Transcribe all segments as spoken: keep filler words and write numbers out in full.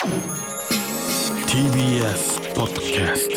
ティービーエス ポッドキャスト、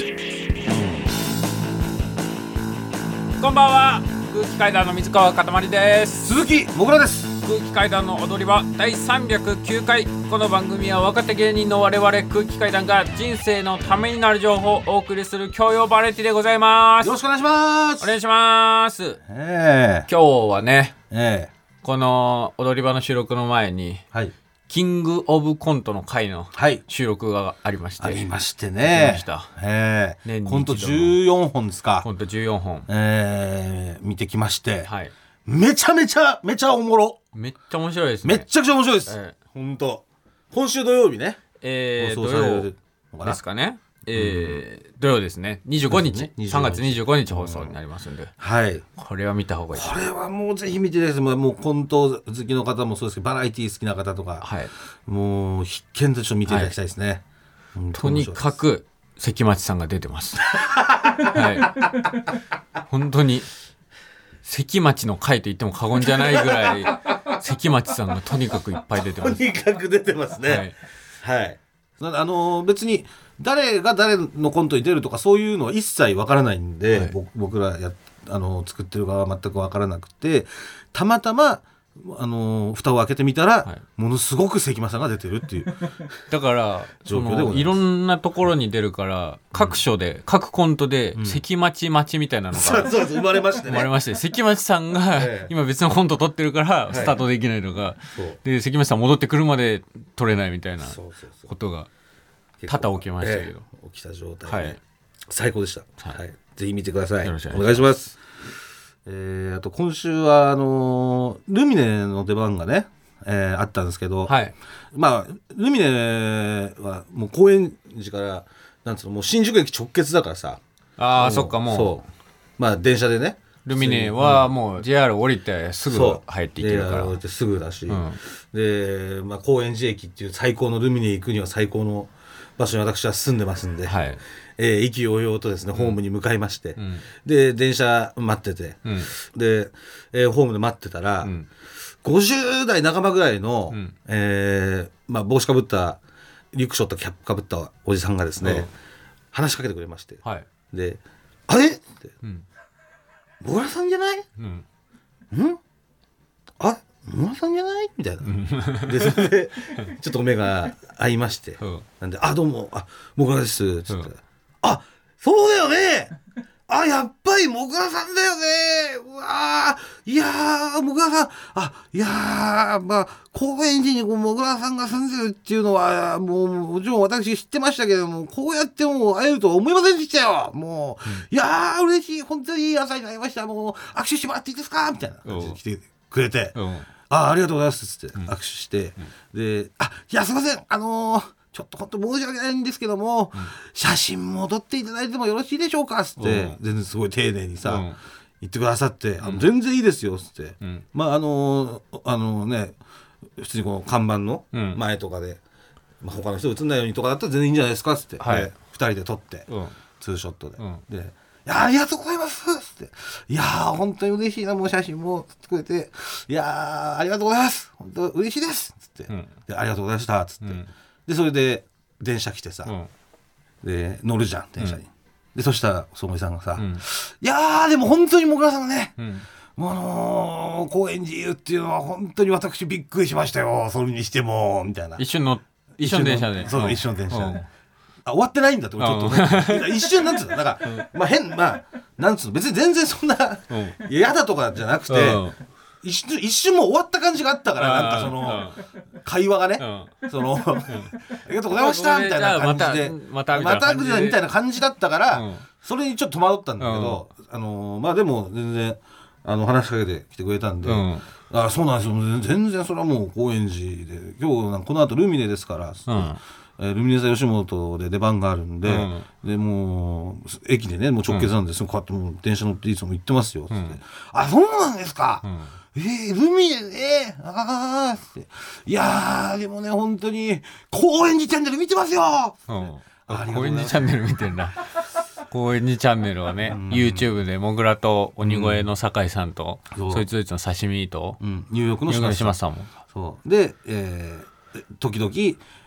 こんばんは。空気階段の水川かたまりです。 鈴木もぐらです。 空気階段の踊り場だいさんびゃくきゅうかい。この番組は若手芸人の我々空気階段が人生のためになる情報をお送りする教養バラエティでございます。 よろしくお願いします。 お願いします。 えー、 今日はね、 えー、 この踊り場の収録の前に、 はい、 キングオブコントの回の収録がありまして、 ありましてね、 ました、 えー、 年に一度のコントじゅうよんほんですか。 コントじゅうよんほん、 えー、見てきまして、 はい、 めちゃめちゃめちゃおもろ。 めっちゃ面白いですね。 めっちゃくちゃ面白いです、 えー、 ほんと。今週土曜日ね、 えー、土曜ですかね、えー、土曜ですね、にじゅうごにち、ね、さんがつにじゅうごにち放送になりますんで、 はい、 これは見た方がいい。 これはもうぜひ見てです。もうコント好きの方もそうですけど、バラエティ好きな方とか、はい、もう必見でちょっと見ていただきたいですね、はい、 とにかく関町さんが出てますはい、本当に関町の回と言っても過言じゃないぐらい関町さんがとにかくいっぱい出てます。 とにかく出てますね。はい、はい、あのー、別に誰が誰のコントに出るとかそういうのは一切わからないんで、はい、僕らやあのー、作ってる側は全くわからなくて、たまたまあのー、蓋を開けてみたら、はい、ものすごく関町さんが出てるっていうだから状況でございます。 いろんなところに出るから各所で、うん、各コントで、うん、関町町みたいなのがそうそう生まれましてね生まれまして、関町さんが今別のコント撮ってるからスタートできないのが、はい、で関町さん戻ってくるまで撮れないみたいなことが多々起きましたけど、 えー、起きた状態で、はい、最高でした、はいはい、ぜひ見てください。よろしくお願いします。えー、あと今週はあのー、ルミネの出番がね、えー、あったんですけど、はい、まあルミネはもう高円寺からなんつうのもう新宿駅直結だからさ、 ああそっか、もうそうまあ電車でね、 ルミネはもう ジェイアール 降りてすぐ入っていけるから、 降りてすぐだし、うん、で、まあ、高円寺駅っていう最高のルミネ行くには最高の場所に私は住んでますんで、はい、えー、意気揚々とですね、うん、ホームに向かいまして、うん、で電車待ってて、うん、で、えー、ホームで待ってたら、うん、ごじゅうだいなかばぐらいの、うん、えーまあ、帽子かぶったリュックショットキャップかぶったおじさんがですね、うん、話しかけてくれまして、はい、であれって、うん、もぐらさんじゃない、うん、んあもぐらさんじゃないみたいな、うん、でそれでちょっと目が合いまして、うん、なんであどうもあもぐらですつって、うん、あそうだよねあやっぱりもぐらさんだよねうわいやーもぐらさんあいやーまあ高円寺にもぐらさんが住んでるっていうのはもうもちろん私知ってましたけども、こうやってもう会えるとは思いませんでしたよもう、うん、いやー嬉しい本当にいい朝になりました、もう握手してもらっていいですかみたいな感じで来てくれて、あありがとうございますって握手して、うん、であいやすいませんあのーちょっと本当申し訳ないんですけども、うん、写真も撮っていただいてもよろしいでしょうかっつって、うん、全然すごい丁寧にさ、うん、言ってくださって、うん、あの全然いいですよっつって、うん、まああのー、あのね普通にこの看板の前とかで、うんまあ、他の人映んないようにとかだったら全然いいんじゃないですかっつって、はい、ふたりで撮って、うん、ツーショットで、うん、でいやありがとうございますっつっていやー本当に嬉しいなもう写真も撮ってくれていやーありがとうございます本当嬉しいですっつって、うん、でありがとうございましたっつって、うんでそれで電車来てさ、うん、で乗るじゃん電車に、うん、でそしたらそのおじさんがさ、うん、いやーでも本当にもぐらさんがね、うん、もうあのー、高円寺っていうのは本当に私びっくりしましたよそれにしてもみたいな一緒の一緒の電車でそう、 うん、一緒の電車で、うん、あ終わってないんだって俺ちょっと思って一瞬なんつうのなんか、うん、まあ変まあなんつうの別に全然そんな嫌、うん、だとかじゃなくて、うん一瞬、一瞬もう終わった感じがあったからなんかその会話がね、うん、その、うん、ありがとうございましたみたいな感じでまたまたみたいな感じだったから、うん、それにちょっと戸惑ったんだけど、うん、あのまあでも全然あの話しかけてきてくれたんで、うん、あそうなんですよ全然それはもう高円寺で今日この後ルミネですから、うんえー、ルミネ座吉本で出番があるんで、うん、でもう駅でねもう直結なんですよ、うん、こうやってもう電車乗っていつも行ってますよつって、うん、あそうなんですか、うんえー、ルミネね、あーって、いやーでもね本当に高円寺チャンネル見てますよ。 うん、高円寺チャンネル見てんだ。高円寺チャンネルはね、うん、YouTube でモグラと鬼越の酒井さんと、うん、そいつどいつの刺身と、 うん、ニューヨークの島さんも。 そうで、えー、時々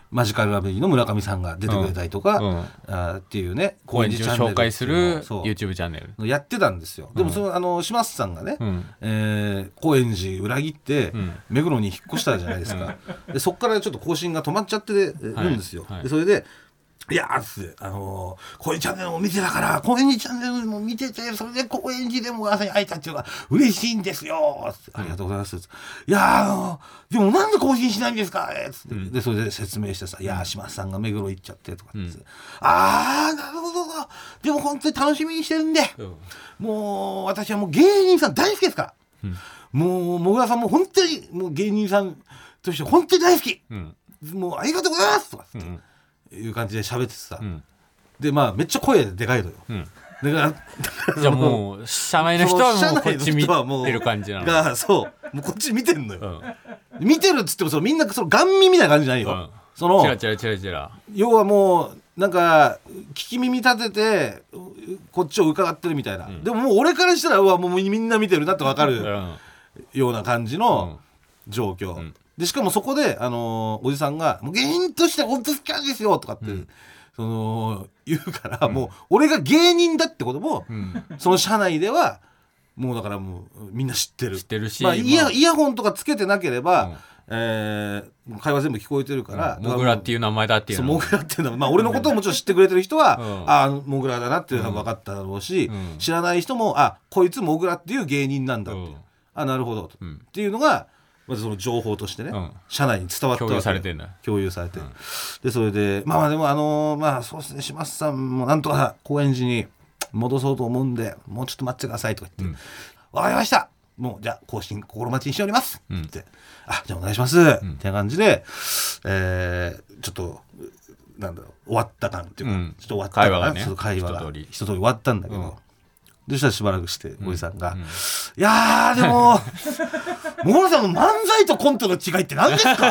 マジカルラブリーの村上さんが出てくれたりとか、 うんうん、 あっていうね高円寺を紹介する YouTube チャンネルやってたんですよ。でもその、うん、あの島津さんがね、うんえー、高円寺裏切って、うん、目黒に引っ越したじゃないですか、うん、でそこからちょっと更新が止まっちゃってるんですよ、はいはい、でそれでいやーっつって、あのー、高円寺チャンネルも見てたから高円寺チャンネルも見ててそれで高円寺でも朝に会えたっていうのが嬉しいんですよつって、ありがとうございますつって、いやー、あのー、でもなんで更新しないんですかつって、うん、でそれで説明してさ、いやー島津さんが目黒行っちゃってとかって、うん、あーなるほどでも本当に楽しみにしてるんで、うん、もう私はもう芸人さん大好きですから、うん、もうもぐらさんも本当にもう芸人さんとして本当に大好き、うん、もうありがとうございますとかって、うんいう感じで喋ってさ、うん、でまあめっちゃ声でかいのよ、うん、だからじゃあもう社内の人はもうこっち見てる感じなのがそうもうこっち見てんのよ、うん、見てるっつってもそのみんなそのガン見みたいな感じじゃないよ、うん、そのチラチラチラチラ要はもうなんか聞き耳立ててこっちを伺ってるみたいな、うん、でももう俺からしたらうわもうみんな見てるなって分かるような感じの状況、うんうんでしかもそこで、あのー、おじさんがもう芸人として本当好きなんですよとかって、うん、その言うから、うん、もう俺が芸人だってことも、うん、その社内ではもうだからもうみんな知ってる知ってるし、 まあ、イヤ、イヤホンとかつけてなければ、うんえー、会話全部聞こえてるから、 うん、モグラっていう名前だっていうのモグラっていうのは、まあ、俺のことをもちろん知ってくれてる人は、うん、ああモグラだなっていうのが分かっただろうし、うん、知らない人もあこいつモグラっていう芸人なんだって、うん、あなるほど、うん、っていうのがまずその情報としてね、うん、社内に伝わった共有されてるんだ共有されて、うん、でそれでまあまあでもあのー、まあそうですね島津さんもなんとか高円寺に戻そうと思うんでもうちょっと待ってくださいとか言って、うん、わかりましたもうじゃあ更新心待ちにしております、うん、ってあじゃあお願いします、うん、ってな感じで、えー、ちょっとなんだろう終わった感っていうか、うん、ちょっと終わったかな会話がね会話が一通り一通り終わったんだけど、うんそしたらしばらくしておじさんが、うんうん、いやーでももぐらさんの漫才とコントの違いって何ですか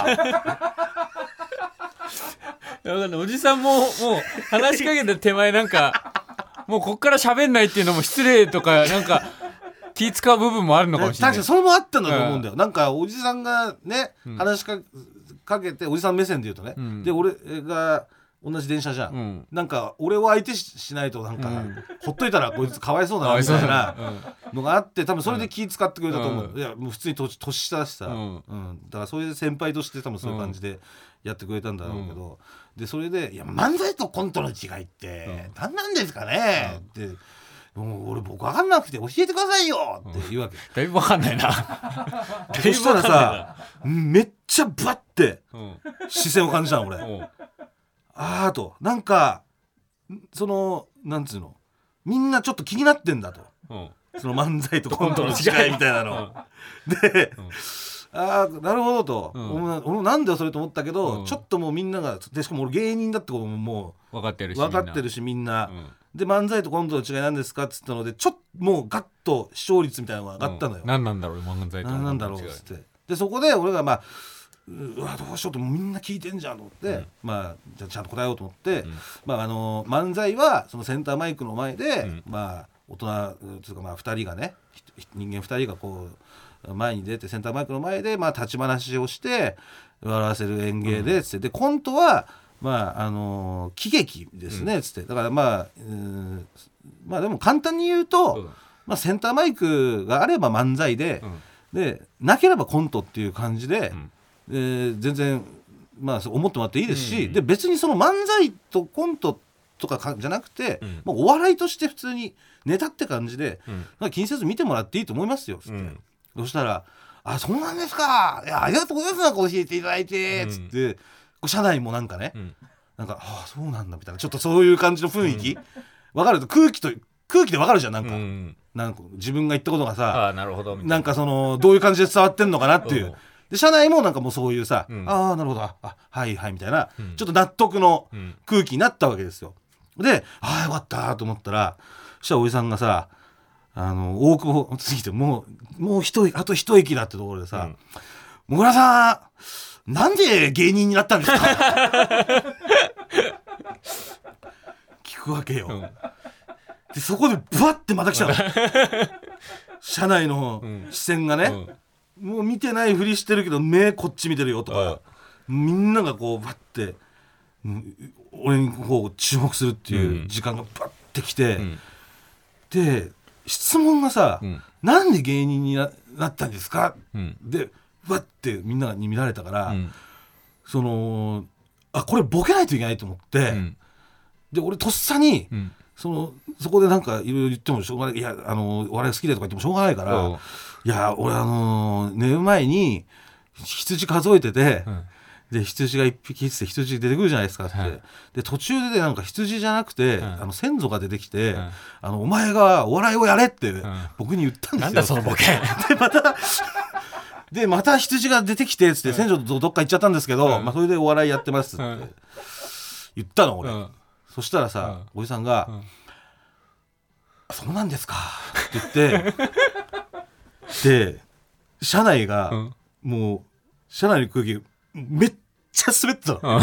おじさんももう話しかけた手前なんかもうこっから喋んないっていうのも失礼とかなんか気使う部分もあるのかもしれない。 確かにそれもあったんだと思うんだよ、うん、なんかおじさんがね話し か, かけておじさん目線で言うとね、うん、で俺が同じ電車じゃん、うん、なんか俺を相手 し, しないとなんか、うん、ほっといたらこいつかわいそうだなみたいなのがあって多分それで気使ってくれたと思う、うん、いやもう普通に 年, 年下だしさ、うんうん、だからそれで先輩として多分そういう感じでやってくれたんだろうけど、うん、でそれでいや漫才とコントの違いって何なんですかね、うん、ってもう俺僕分かんなくて教えてくださいよって言うわけ、うん、 だいぶ分かんないなそしたらさめっちゃバッて視線を感じたの俺、うんあーとなんかそのなんつうのみんなちょっと気になってんだと、うん、その漫才とコントの違いみたいなの、うん、で、うん、あーなるほどと、うん、俺もなんだよそれと思ったけど、うん、ちょっともうみんながでしかも俺芸人だってことももう分かってるし分かってるしみんな、うん、で漫才とコントの違いなんですかっつったのでちょっともうガッと視聴率みたいなのが上がったのよ、 うん、何なんだろう漫才と何なんだろうっつってでそこで俺がまあうわどうしようとみんな聞いてんじゃんと思って、うん、まあじゃあちゃんと答えようと思って、うんまあ、あの漫才はそのセンターマイクの前で、うんまあ、大人というかまあふたりがね人間ふたりがこう前に出てセンターマイクの前でまあ立ち話をして笑わせる演芸でつって、うん、でコントはまああの喜劇ですねつってだからまあ、うん、まあでも簡単に言うと、うんまあ、センターマイクがあれば漫才で、うん、でなければコントっていう感じで、うんえー、全然、まあ、思ってもらっていいですし、うん、で別にその漫才とコントとかじゃなくて、うんまあ、お笑いとして普通にネタって感じで、うん、まあ、気にせず見てもらっていいと思いますよつって、うん、そしたらあそうなんですかいやありがとうございますなんか教えていただいて、うん、つって社内もなんかね、うん、なんかあそうなんだみたいなちょっとそういう感じの雰囲気、うん、分かると空気と空気で分かるじゃんなんか、うん、なんか自分が言ったことがさあなるほどみたいな、 なんかそのどういう感じで伝わってんのかなっていう、うんで社内もなんかもうそういうさ、うん、ああなるほどあはいはいみたいな、うん、ちょっと納得の空気になったわけですよ。でああよかったと思ったらそしたらおじさんがさあの大久保過ぎてもうもう一あと一駅だってところでさ、うん、もぐらさんなんで芸人になったんですか聞くわけよ、うん、でそこでバッてまた来たの社内の視線がね、うんもう見てないふりしてるけど目こっち見てるよとかみんながこうバッてうん、俺にこう注目するっていう時間がバッてきて、うん、で質問がさ、うん、なんで芸人に な, なったんですか、うん、でわってみんなに見られたから、うん、そのあこれボケないといけないと思って、うん、で俺とっさに、うん、そのそこでなんかいろいろ言ってもしょうがない、いやあのお笑い好きでとか言ってもしょうがないから、いや俺あの寝る前に羊数えてて、うん、で羊が一匹いて羊出てくるじゃないですかって、はい、で途中でなんか羊じゃなくて、うん、あの先祖が出てきて、うん、あのお前がお笑いをやれって、うん、僕に言ったんですよ。 なんだそのボケでまたでまた羊が出てきてつって、うん、先祖とどっか行っちゃったんですけど、うんまあ、それでお笑いやってますって、うん、言ったの俺、うん、そしたらさ、うん、おじさんが、うん、そうなんですかって言ってで車内が、うん、もう車内の空気めっちゃ滑ってたの、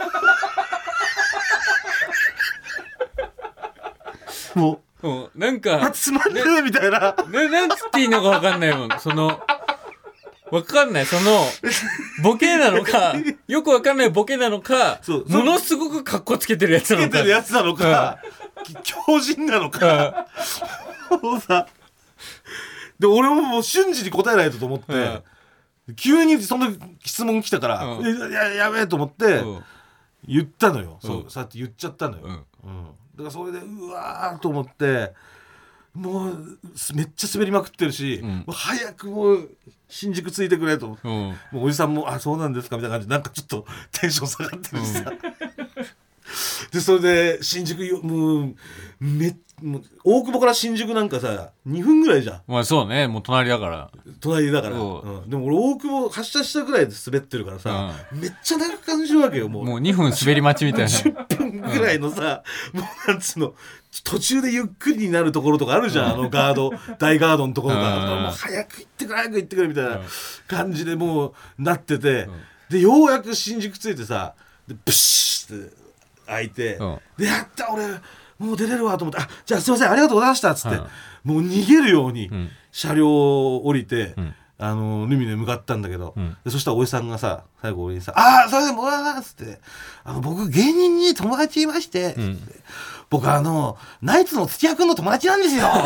うん、もう、 うん、なんかつまんねえみたいな、 ね、なんつっていいのか分かんないもんその分かんないそのボケなのかよく分かんないボケなのかものすごくカッコつけてるやつなのかつけてるやつなのか、うん、強靭なのか、うん、もうさで俺ももう瞬時に答えないとと思って、うん、急にその質問来たから、うん、や, やべえと思って、うん、言ったのよ、うん、そうさって言っちゃったのよ、うんうん、だからそれでうわーと思ってもうめっちゃ滑りまくってるし、うん、もう早くもう新宿着いてくれと思って、うん、もうおじさんもあそうなんですかみたいな感じでなんかちょっとテンション下がってるしさ、うん、でそれで新宿もうめもう大久保から新宿なんかさにふんぐらいじゃん。 まあそうねもう隣だから隣だから、うん、でも俺大久保発車したぐらいで滑ってるからさ、うん、めっちゃ長く感じるわけよ。もうもうにふん滑り待ちみたいなじゅっぷんぐらいのさ、うん、もうなんつうの途中でゆっくりになるところとかあるじゃん、うん、あのガード大ガードのところが、うん、もう早く行ってくれ早く行ってくれみたいな感じでもうなってて、うん、でようやく新宿着いてさでブシッって開いて、うん、でやった俺もう出れるわと思ってあじゃあすいませんありがとうございましたっつって、うん、もう逃げるように車両を降りて、うん、あのルミネ向かったんだけど、うん、でそしたらおじさんがさ最後俺にさあそれでもうわーっつってあの僕芸人に友達いまして、うん、僕あのナイツの土屋くんの友達なんですよだ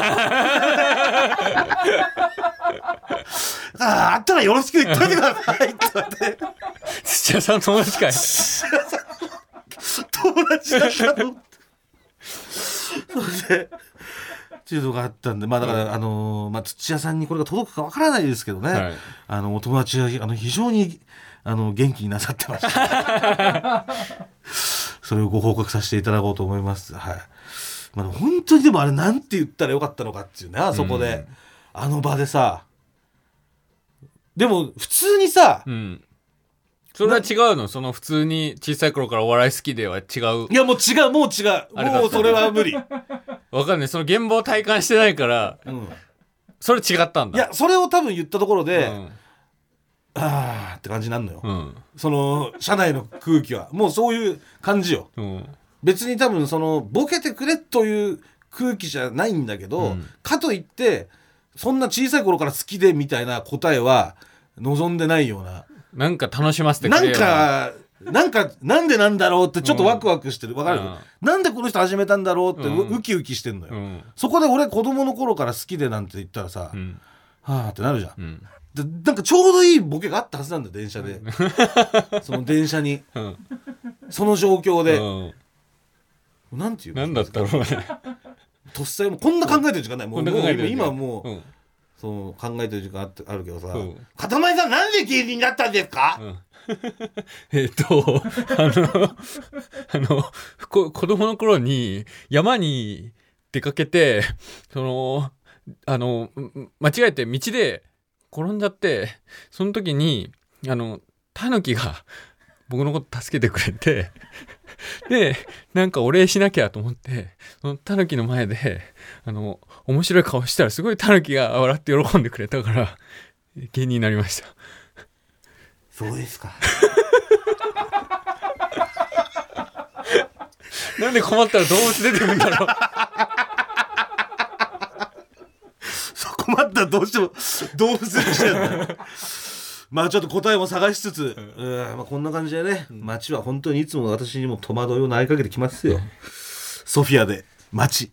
からあったらよろしく言っといてくださいって言って土屋さん友達かい友達だったのそれでっていうのがあったんでまあだから、うんあのーまあ、土屋さんにこれが届くかわからないですけどね、はい、あのお友達があの非常にあの元気になさってましたそれをご報告させていただこうと思います、はいまあ、本当にでもあれなんて言ったらよかったのかっていうねあそこで、うん、あの場でさでも普通にさ、 うんそれは違うのその普通に小さい頃からお笑い好きでは違ういやもう違うもう違うもうそれは無理わかんないその現場を体感してないから、うん、それ違ったんだいやそれを多分言ったところで、うん、あーって感じになるのよ、うん、その社内の空気はもうそういう感じよ、うん、別に多分そのボケてくれという空気じゃないんだけど、うん、かといってそんな小さい頃から好きでみたいな答えは望んでないようななんか楽しませてくれよなんかなんかなんでなんだろうってちょっとワクワクしてるわかる、うん、なんでこの人始めたんだろうって、うん、ウキウキしてんのよ、うん、そこで俺子供の頃から好きでなんて言ったらさ、うん、はぁってなるじゃん、うん、でなんかちょうどいいボケがあったはずなんだよ電車でその電車に、うん、その状況で、うん、なんていうなんだったろうねとっさにもこんな考えてる時間ないもうもう今もう、うんそう考えてる時間 あ, ってあるけどさ、うん、かたまりさんなんで芸人になったんですか、うん、 えっとあのあのこ子供の頃に山に出かけてそのあの間違えて道で転んじゃってその時にあのタヌキが僕のこと助けてくれてでなんかお礼しなきゃと思ってそのタヌキの前であの面白い顔したらすごいタヌキが笑って喜んでくれたから芸人になりました。 そうですかなんで困ったら動物出てくるんだろうそう困ったらどうしても動物出てきちゃうんだまあちょっと答えも探しつつ、うん、まあ、こんな感じでね、街は本当にいつも私にも戸惑いを投げかけてきますよ。ソフィアで街。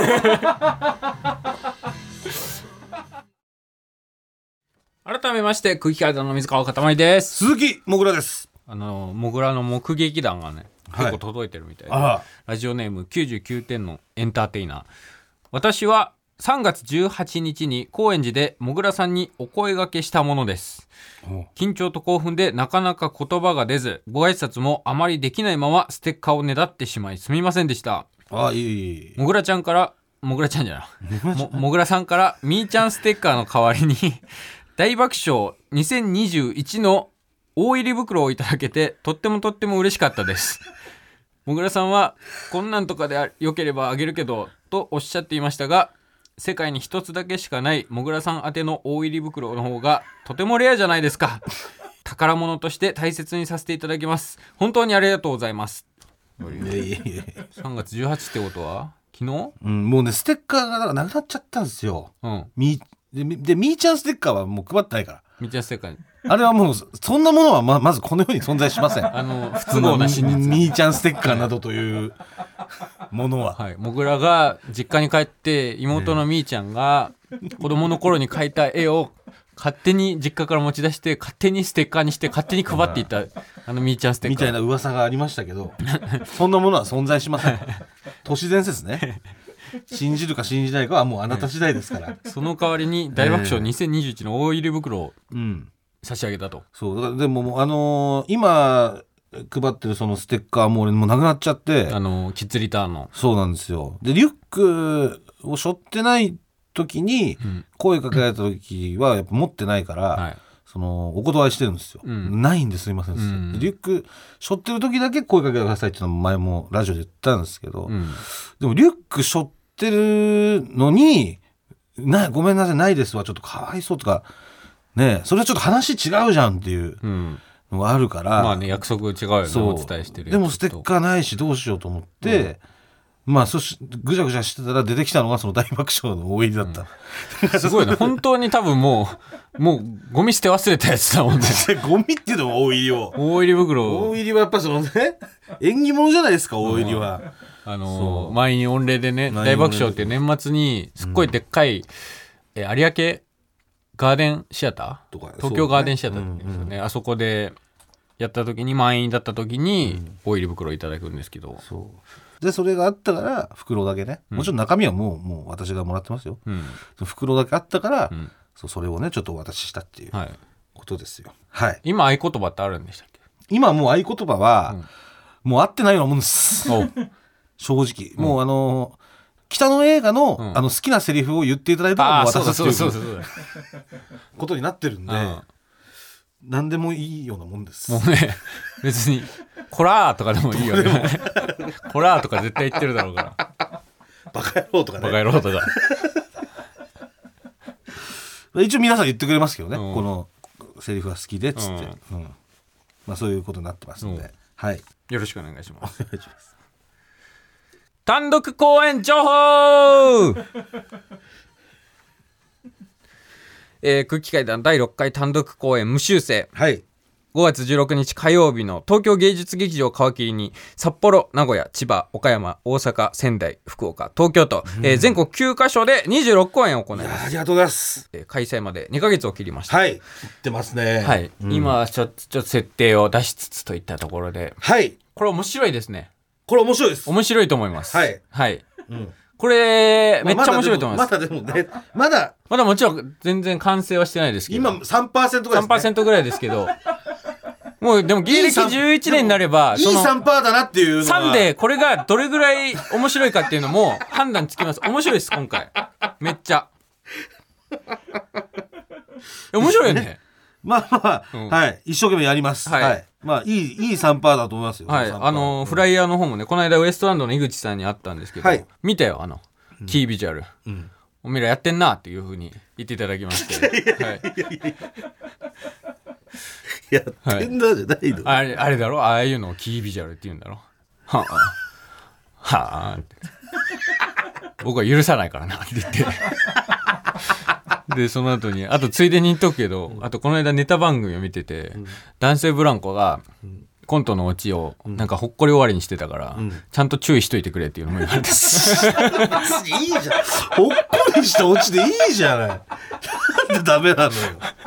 改めまして空気階段の水川かたまりです。 鈴木もぐらです。 あのもぐらの目撃談がね、 はい、 結構届いてるみたいで、ラジオネームきゅうじゅうきゅうてんのエンターテイナー。私はさんがつじゅうはちにちに高円寺でもぐらさんにお声掛けしたものです。緊張と興奮でなかなか言葉が出ず、ご挨拶もあまりできないままステッカーをねだってしまいすみませんでした。 あ、いいいい。 もぐらちゃんからもぐらちゃんじゃないも, もぐらさんからみーちゃんステッカーの代わりに大爆笑にせんにじゅういちの大入り袋をいただけてとってもとっても嬉しかったです。もぐらさんはこんなんとかでよければあげるけどとおっしゃっていましたが、世界に一つだけしかないもぐらさん宛ての大入り袋の方がとてもレアじゃないですか。宝物として大切にさせていただきます。本当にありがとうございます。 いやいやいやさんがつじゅうはちってことは昨日、 うん、もうねステッカーがなくなっちゃったんですよ、うん、みで, でみーちゃんステッカーはもう配ってないから。 みーちゃんステッカーあれはもうそんなものは ま, まずこの世に存在しません。 あの不都合な真実。 みーちゃんステッカーなどというものは、 はい、もぐらが実家に帰って妹のみーちゃんが子供の頃に描いた絵を勝手に実家から持ち出して勝手にステッカーにして勝手に配っていたあのみーちゃんステッカーみたいな噂がありましたけどそんなものは存在しません。都市伝説ね。信じるか信じないかはもうあなた次第ですから、 その代わりに大爆笑にせんにじゅういちの大入り袋を差し上げたと、うん、 そうだからでも、あのー、今配ってるそのステッカーも俺もうなくなっちゃって、 あのー、キッズリターンの。 そうなんですよ。でリュックを背負ってない時に声かけられた時はやっぱ持ってないから、うん、はい、そのお断りしてるんですよ、うん、ないんですいません、うん、リュック背負ってる時だけ声かけてくださいっていうのも前もラジオで言ったんですけど、うん、でもリュック背負ってるのになごめんなさいないですはちょっとかわいそうとかね、それはちょっと話違うじゃんっていうのがあるから、 うん、まあね約束違うよね、お伝えしてる。 でもステッカーないしどうしようと思って、うん、まあそしぐちゃぐちゃしてたら出てきたのがその大爆笑の大入りだった、 うん、すごいね本当に多分もうもうゴミ捨て忘れたやつだもんね。 ゴミっていうのも大入りを大入り袋大入りはやっぱそのね縁起物じゃないですか大入りは、 うん、あのー、満員御礼でね大爆笑っていう年末にすっごいでっかい、うん、え有明ガーデンシアターとか東京ガーデンシアターって言うんですよね、うんうん、あそこでやった時に満員だった時に大入り袋をいただくんですけど、うん、 そうでそれがあったから袋だけね、もちろん中身はもう、もう私がもらってますよ、うん、袋だけあったから、うん、そうそれをねちょっとお渡ししたっていうことですよ、はいはい、 今合言葉ってあるんでしたっけ？ 今もう合言葉は、うん、もう合ってないようなもんです正直、もうあのー北の映画 の,、うん、あの好きなセリフを言っていただいたらもう渡すということになってるんで、うん、何でもいいようなもんです。 もうね別にコラーとかでもいいよねコラーとか絶対言ってるだろうからバカ野郎とかねバカ野郎とか一応皆さん言ってくれますけどね、うん、このセリフが好きでっつって、うんうん、まあ、そういうことになってますので、うん、はい、 よろしくお願いします。お願いします。単独公演情報えー、空気階段だいろっかい単独公演無修正、 はい、 ごがつじゅうろくにち火曜日の東京芸術劇場皮切りに札幌、名古屋、千葉、岡山、大阪、仙台、福岡、東京と、うん、えー、全国きゅうかしょでにじゅうろっこうえんを行います。 ありがとうございます、 えー、開催までにかげつを切りました。 はい、行ってますね、 はい、うん、今ちょっとちょっと設定を出しつつといったところで、 はい、 これ面白いですね。 これ面白いです。 面白いと思います。 はい。 はい。うん、これ、めっちゃ面白いと思います。 まだでもね、まだ、 まだもちろん全然完成はしてないですけど。 今 さんパーセント ぐらいですね。 さんパーセント ぐらいですけど。もうでも芸歴じゅういちねんになれば、 いい さんパーセント だなっていうのは。 さんでこれがどれぐらい面白いかっていうのも判断つきます。面白いです、今回。めっちゃ。面白いよね。 まあまあ、うん、はい、一生懸命やります。はい。はい、まあいいいい さんパーセント だと思いますよ。 はい。あのー、フライヤーの方もね、この間ウエストランドの井口さんに会ったんですけど、はい、見たよあの、うん、キービジュアル。うん、おめえらやってんなっていう風に言っていただきまして。はい。 やってんなじゃないの。 あれあれだろ、ああいうのをキービジュアルって言うんだろ。はあはあって。僕は許さないからなって言って。 でその後にあとついでに言っとくけど、あとこの間ネタ番組を見てて、うん、男性ブランコがコントのオチをなんかほっこり終わりにしてたから、うん、ちゃんと注意しといてくれっていうのも言われていいじゃん、ほっこりしたオチでいいじゃない、なんでダメなのよ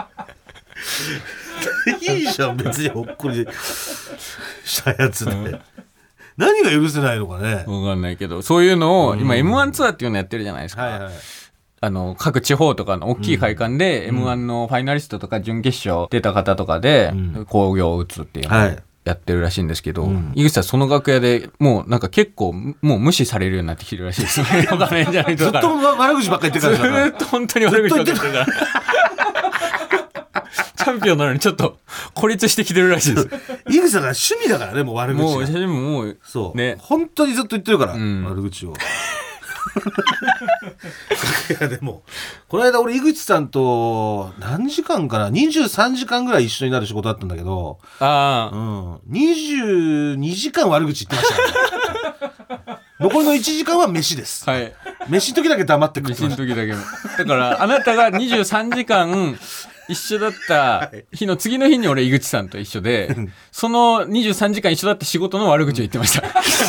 いいじゃん別にほっこりしたやつで、うん、何が許せないのかね、 分かんないけど、そういうのを今 エムワン ツアーっていうのやってるじゃないですか、はいはい、あの各地方とかの大きい会館で エムワン のファイナリストとか準決勝出た方とかで興行を打つっていうのをやってるらしいんですけど、うん、井口さんその楽屋でもうなんか結構もう無視されるようになってきてるらしいですねずっと悪口ばっかり言ってるからずっと本当に悪口ばっかり言ってるからチャンピオンなのにちょっと孤立してきてるらしいです井口さんが趣味だからね、もう悪口がもう写真ももうそうね、本当にずっと言ってるから、うん、悪口をいやでもこの間俺井口さんと何時間かなにじゅうさんじかんぐらい一緒になる仕事だったんだけど、 あ、 うん、にじゅうにじかん悪口言ってましたね残りのいちじかんは飯です、 はい、 飯の時だけ黙ってくれてました。 飯の時だけもだからあなたがにじゅうさんじかん一緒だった日の次の日に俺井口さんと一緒でそのにじゅうさんじかん一緒だった仕事の悪口を言ってました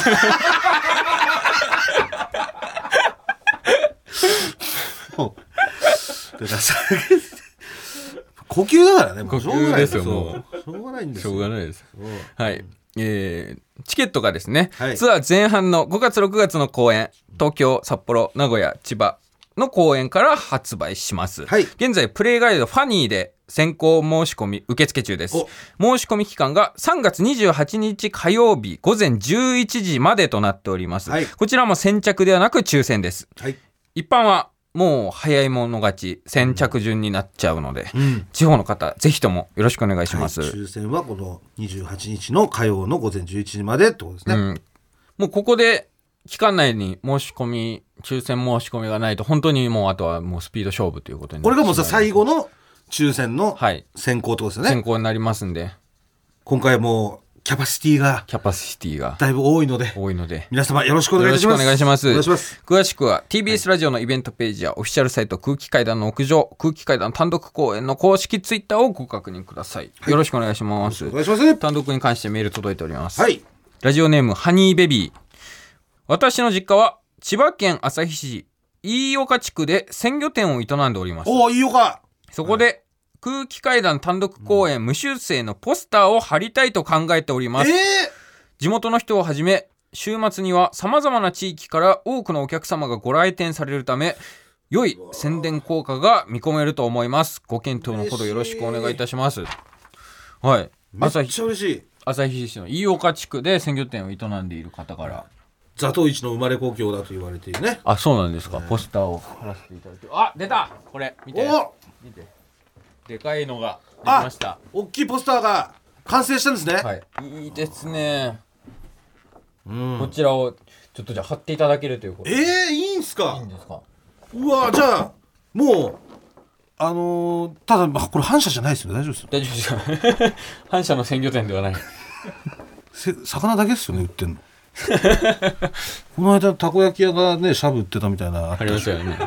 だから呼吸だからね、もう呼吸ですよ、もうしょうがないんですよ、 しょうがないです。はい、えー、チケットがですね、はい、ツアー前半のごがつろくがつの公演、東京、札幌、名古屋、千葉の公演から発売します、はい、現在プレイガイドファニーで先行申し込み受付中です。申し込み期間がさんがつにじゅうはちにち火曜日午前じゅういちじまでとなっております、はい、こちらも先着ではなく抽選です、はい、一般はもう早い者勝ち先着順になっちゃうので、うん、地方の方ぜひともよろしくお願いします、はい、 抽選はこのにじゅうはちにちの火曜の午前じゅういちじまでってことですね、うん、 もうここで期間内に申し込み抽選申し込みがないと本当にもうあとはもうスピード勝負ということになってしまう。 これがもうさ最後の抽選の選考ってことですよね、 はい、選考になりますんで今回もうキャパシティがキャパシティがだいぶ多いので多いので皆様よろしくお願いします。 よろしくお願いします。 お願いします。 詳しくは ティービーエス ラジオのイベントページやオフィシャルサイト空気階段の屋上空気階段単独公演の公式ツイッターをご確認ください、はい、よろしくお願いします。 お願いします。 単独に関してメール届いております、 はい、 ラジオネームハニーベビー。私の実家は千葉県旭市飯岡地区で鮮魚店を営んでおります。 おー、飯岡。 そこで、はい、空気階段単独公演、うん、無修正のポスターを貼りたいと考えております、えー、地元の人をはじめ週末にはさまざまな地域から多くのお客様がご来店されるため良い宣伝効果が見込めると思います。ご検討のほどよろしくお願いいたします。はい、 めっちゃ嬉しい。 旭市の飯岡地区で鮮魚店を営んでいる方から座頭市の生まれ故郷だと言われているね。 あ、そうなんですか、ね、ポスターを貼らせていただいて、あ、出た、これ見て見て、でかいのができました。 大きいポスターが完成したんですね。 はい、いいですね、うん、こちらをちょっとじゃあ貼っていただけるということで。 えー、いいんすか。 いいんですか。 うわ、じゃあもうあのー、ただ、まあ、これ反射じゃないですよね。大丈夫ですよ。 大丈夫ですよ反射の鮮魚店ではない魚だけですよね売ってんのこの間たこ焼き屋がねしゃぶってたみたいなあ, ありましたよね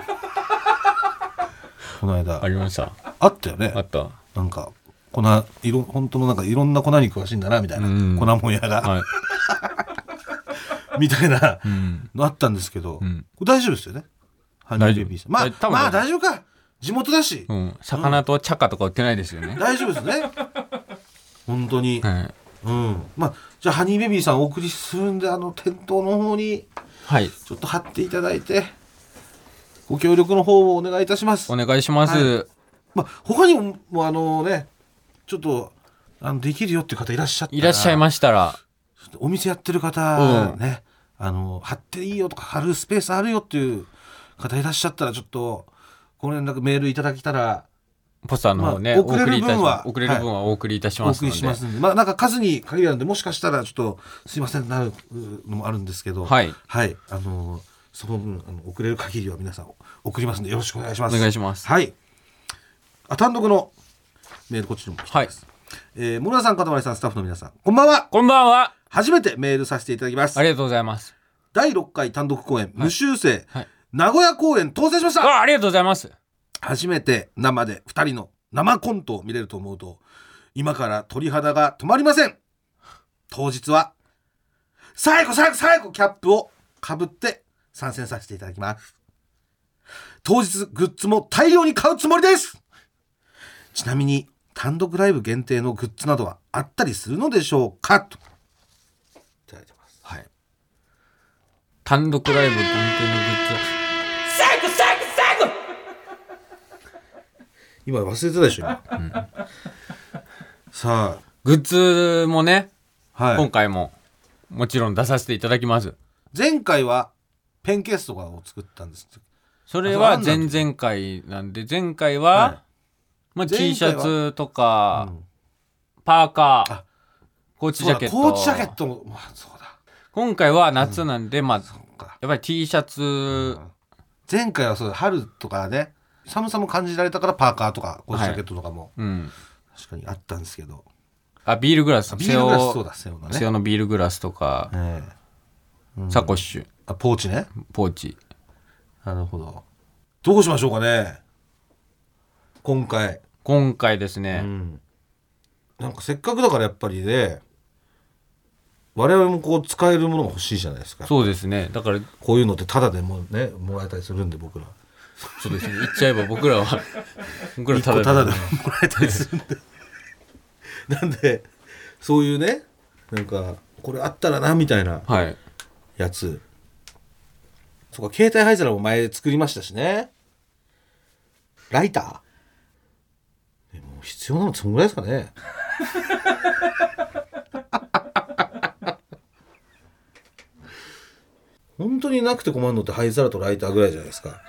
この間ありました。 あったよね。 あった。 なんか粉いろ本当のなんかいろんな粉に詳しいんだなみたいな、うん、粉もん屋が、はい、みたいなのあったんですけど、うん、これ大丈夫ですよね。ハニーベビーさん、まあまあ大丈夫か、地元だし、 うん、魚と茶化とか売ってないですよね、 うん、大丈夫ですね本当に、はい、うん、まあじゃあハニーベビーさんお送りするんで、あの店頭の方にちょっと貼っていただいて、はい、ご協力の方をお願いいたします。 お願いします、はい、 まあ、他にももうあのねちょっとあのできるよっていう方いらっしゃったら、 いらっしゃいましたらお店やってる方ね、うん、あの貼っていいよとか貼るスペースあるよっていう方いらっしゃったらちょっとご連絡メールいただけたらポスターの方ね、まあ、 送れる分は送れる分はお送りいたしますので、はい、お送りしますんで、 まあ、なんか数に限りあるんでもしかしたらちょっとすいませんなるのもあるんですけど、 はい、 はい、あのその分あの送れる限りは皆さん送りますんでよろしくお願いします。 お願いします。 はい。あ、単独のメールこっちにも来てます。はい、えー、室田さん、片丸さん、スタッフの皆さん、こんばんは。 こんばんは。 初めてメールさせていただきます。 ありがとうございます。 だいろっかい単独公演、はい、無修正、 はい、 名古屋公演当選しました。 あ、ありがとうございます。 初めて生でふたりの生コントを見れると思うと今から鳥肌が止まりません。当日は最後最後最後キャップをかぶって参戦させていただきます。当日グッズも大量に買うつもりです。ちなみに単独ライブ限定のグッズなどはあったりするのでしょうかといただいてます。 はい。単独ライブ限定のグッズ最後最後最後今忘れてたでしょ今、うん、さあグッズもね、 はい、 今回ももちろん出させていただきます。 前回はペンケースとかを作ったんです。 それは前々回なんで、前回は、はい、まあ、T シャツとか、うん、パーカー、コーチジャケット、 コーチジャケットも、まあ、そうだ。 今回は夏なんで、うん、まあやっぱり T シャツ、うん、 前回はそう春とかね寒さも感じられたからパーカーとかコーチジャケットとかも、はい、うん、確かにあったんですけど、 あビールグラス、 ビールグラス、そうだ、瀬尾のね、 瀬尾のビールグラスとか、えーうん、サコッシュ、 あポーチね、 ポーチ。 なるほど。どうしましょうかね今回。 今回ですね、 うん、なんかせっかくだからやっぱりね我々もこう使えるものが欲しいじゃないですか。 そうですね。だからこういうのってタダでもねもらえたりするんで、僕らそうですね、言っちゃえば僕らは僕らタダで、タダでもらえたりするんでなんでそういうねなんかこれあったらなみたいなやつ、はい、そうか、携帯灰皿も前作りましたしね。ライターえもう必要なのそんぐらいですかね本当になくて困るのって灰皿とライターぐらいじゃないですか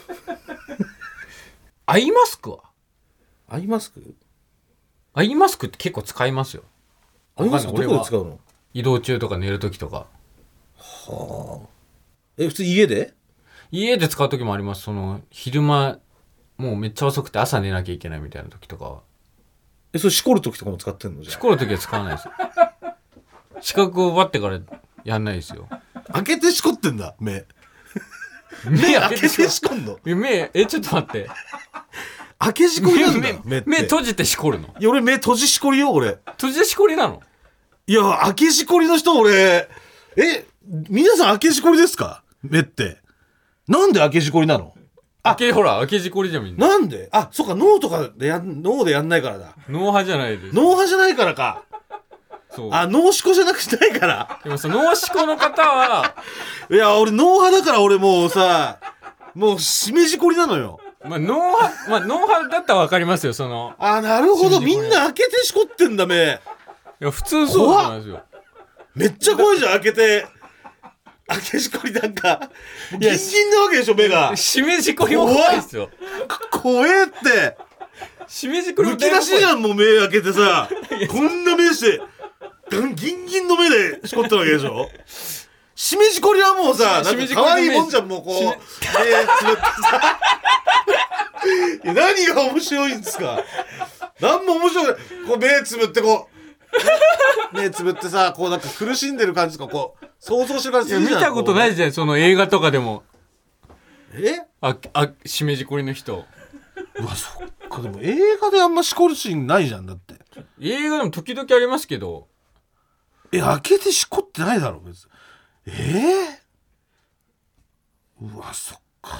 アイマスクはアイマスクアイマスクって結構使いますよ。 アイマスクどこで使うの？ 移動中とか寝るときとか。 はあ。え普通家で？ 家で使うときもあります。その昼間もうめっちゃ遅くて朝寝なきゃいけないみたいなときとかは。 えそれしこるときとかも使ってんの？じゃあしこるときは使わないですよ資格を奪ってからやんないですよ。 開けてしこってんだ目目開けてしこんの？ 目えちょっと待って開けしこりなんだ目, 目閉じてしこるの？ いや俺目閉じしこりよ。俺閉じてしこりなの？ いや開けしこりの人俺え皆さん開けしこりですか？目ってなんで開けしこりなの？ 開けほら開けしこりじゃんみんな。 なんで？あそっか脳とかでやん脳でやんないからだ。 脳派じゃないです。 脳派じゃないからか。そうあ脳しこじゃなくてないから。 でもその脳しこの方はいや俺脳派だから俺もうさもうしめじこりなのよ。 まあ脳派まあ脳派だったらわかりますよ。そのあなるほどみんな開けてしこってんだ目。いや普通そうなんですよ。 めっちゃ怖いじゃん開けて。開けしこりなんかギンギンなわけでしょ目が。 しめじこりも怖いですよ。 怖えってしめじこりむき出しじゃんもう目開けてさこんな目してギンギンの目でしこってるわけでしょ。しめじこりはもうさなんか可愛いもんじゃんもうこう目つぶってさいや何が面白いんですか。何も面白くない。こう目つぶってこう目つぶってさこうなんか苦しんでる感じとかこう想像してる感じするじゃん。 見たことないじゃんその映画とかでも。 えああしめじこりの人。 うわそっかでも映画であんましこるシーンないじゃんだって。 映画でも時々ありますけど。 え開けてしこってないだろ別に。えー、うわそっか。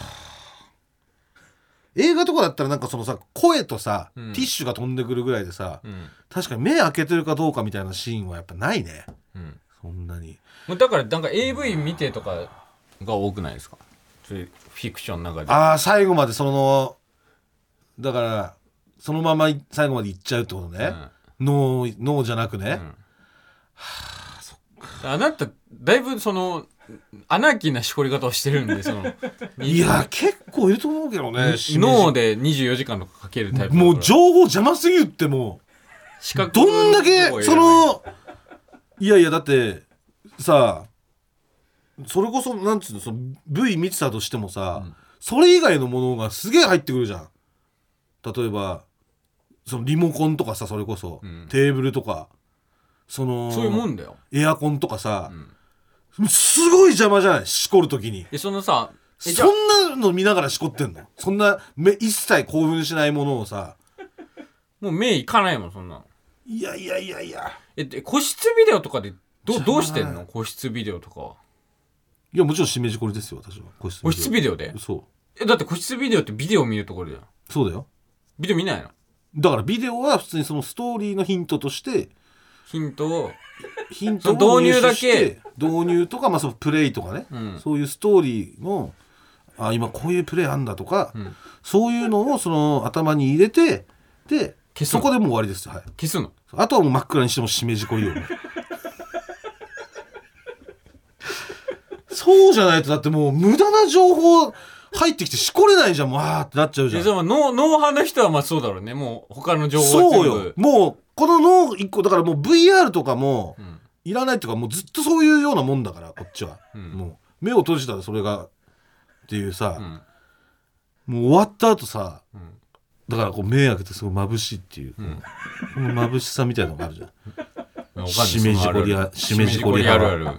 映画とかだったらなんかそのさ声とさ、うん、ティッシュが飛んでくるぐらいでさ、うん、確かに目開けてるかどうかみたいなシーンはやっぱないね、うん、そんなに。 だからなんか エーブイ 見てとかが多くないですか？そういうフィクションの中で。 ああ最後までそのだからそのまま最後までいっちゃうってことね、うん、脳脳じゃなくね、うん、はあそっか。 あなただいぶそのアナーキーなしこり方をしてるんでそのいや結構いると思うけどね。 脳でにじゅうよじかんとかかけるタイプ。 もう情報邪魔すぎるってもうどんだけそのいやいやだってさそれこそなんつうのその V 見てたとしてもさ、うん、それ以外のものがすげえ入ってくるじゃん。例えばそのリモコンとかさそれこそ、うん、テーブルとかそのそういうもんだよ。 エアコンとかさ、うん、すごい邪魔じゃないしこるときに。 えそのさそんなの見ながらしこってんの？そんな目一切興奮しないものをさ。 もう目いかないもんそんなの。 いやいやいやいや。 え個室ビデオとかで ど, どうしてんの？個室ビデオとか。 いやもちろんしめじこりですよ私は。 個室ビデオ。個室ビデオで？ そう。 えだって個室ビデオってビデオ見るところじゃん。 そうだよ。 ビデオ見ないの？ だからビデオは普通にそのストーリーのヒントとしてヒントをヒントを導入だけ導入とか、まあ、そのプレイとかね、 うん、 そういうストーリーのあ今こういうプレイあんだとか、うん、そういうのをその頭に入れてでそこでもう終わりですよ、はい、 消すの？ あとはもう真っ暗にしてもしめじこりよそうじゃないとだってもう無駄な情報入ってきてしこれないじゃんもうあーってなっちゃうじゃん。 ノー派の人はまあそうだろうね。もう他の情報は全部そうよ。もうこの脳いっこだからもう ブイアール とかもいらないっていうかもうずっとそういうようなもんだからこっちは、うん、もう目を閉じたらそれがっていうさ、うん、もう終わった後さ、うん、だからこう目開けてすごい眩しいっていう、うん、この眩しさみたいなのがあるじゃん。しめじこりあしめじこりあるある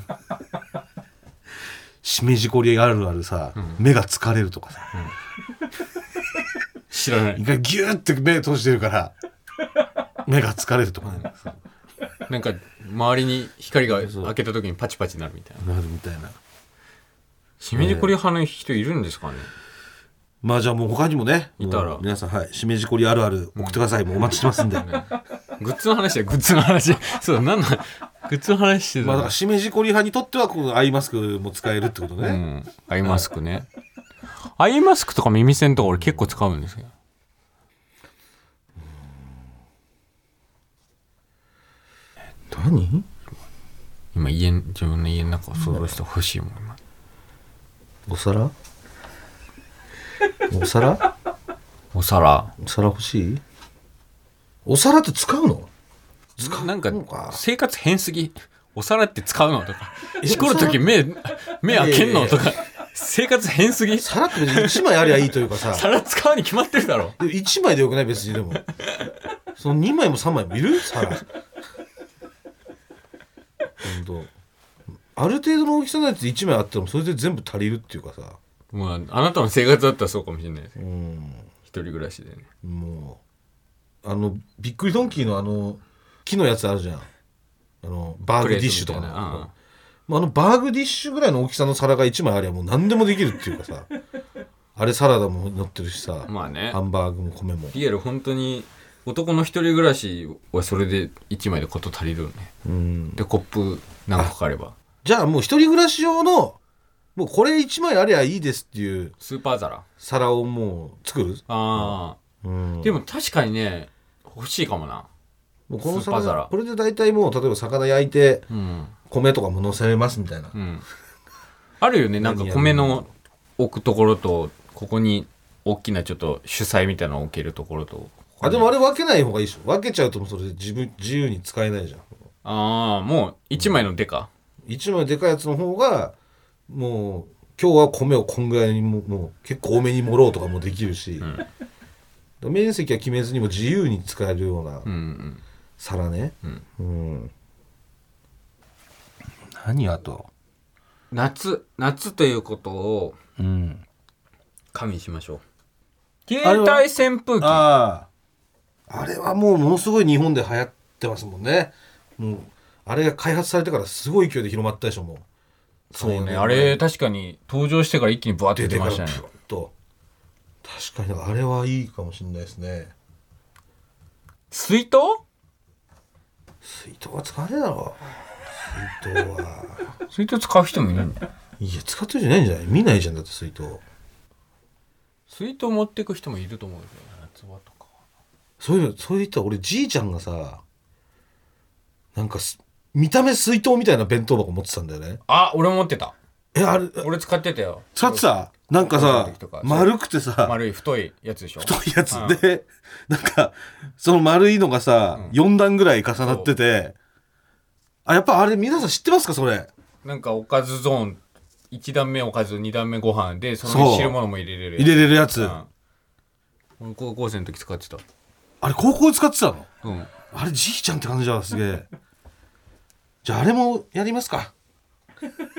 しめじこりあるあるさ、うん、目が疲れるとかさ、 うん、知らない。 一回ギューって目閉じてるから目が疲れるとかね。 なんか周りに光が開けた時にパチパチなるみたいな。 なるみたいな。 しめじこり派の人いるんですかね。 まあじゃあもう他にもねいたら皆さんはいしめじこりあるある送ってください、うん、もうお待ちしてますんで、ね、 グッズの話だよグッズの話そうなんなんグッズの話してた。 まあだからしめじこり派にとってはこのアイマスクも使えるってことね、 うん、アイマスクねアイマスクとか耳栓とか俺結構使うんですよ。 何今家自分の家の中を想像してほしいもん今。 お皿お皿お皿お皿欲しい。お皿って使うの？ 使うなんか生活変すぎ。お皿って使うのとかしこるとき目目開けんのとか生活変すぎ。 皿って別にいちまいありゃいいというかさ皿使うに決まってるだろ。 いちまいでよくない別に。でもそのにまいもさんまいもいる皿ある程度の大きさのやついちまいあってもそれで全部足りるっていうかさ。 まああなたの生活だったらそうかもしれないですね。うん、一人暮らしでね。 もうあのびっくりドンキーのあの木のやつあるじゃん。あのバーグディッシュとかの、うん、あのバーグディッシュぐらいの大きさの皿がいちまいありゃもう何でもできるっていうかさあれサラダも乗ってるしさ、 まあね、 ハンバーグも米もリアル本当に男の一人暮らしはそれでいちまいでこと足りるよね、うん、でコップ何個かあればじゃあもう一人暮らし用のもうこれいちまいありゃいいですっていうスーパー皿皿をもう作る。 ああ、うん、でも確かにね欲しいかもな。 もうこのスーパー皿これで大体もう例えば魚焼いて、うん、米とかも乗せれますみたいな、うん、あるよね。なんか米の置くところとここに大きなちょっと主菜みたいなのを置けるところと。 あでもあれ分けない方がいいでしょ。分けちゃうとそれ自分自由に使えないじゃん。 ああもういちまいのでか、 うん、いちまいでかいやつの方がもう今日は米をこんぐらいに も, もう結構多めに盛ろうとかもできるし、うん、面積は決めずにも自由に使えるような皿ね、うんうん、何あと夏夏ということを加味しましょう。携帯扇風機。 あああれはもうものすごい日本で流行ってますもんね。もうあれが開発されてからすごい勢いで広まったでしょ。もうそうね、あれ確かに登場してから一気にブワッと出ましたね。 と確かにあれはいいかもしれないですね。 水筒水筒は使わねえだろ。水筒は水筒使う人もいるんだよ。 いや使ってるじゃないんじゃない。見ないじゃんだって水筒。 水筒持ってく人もいると思うよ。夏場とかそういうのそう言ったら俺じいちゃんがさなんか見た目水筒みたいな弁当箱持ってたんだよね。 あ、俺も持ってた。 え、あれ俺使ってたよ。 使ってた。なんかさ丸くてさ丸い太いやつでしょ。 太いやつ、うん、でなんかその丸いのがさ、うん、よん段ぐらい重なってて、あやっぱあれ皆さん知ってますかそれ。 なんかおかずゾーンいち段目おかずに段目ご飯でその汁物も入れれる入れれるやつ、うん、 俺高校生の時使ってた。 あれ高校で使ってたの、 うん、 あれじいちゃんって感じだわすげえじゃああれもやりますか。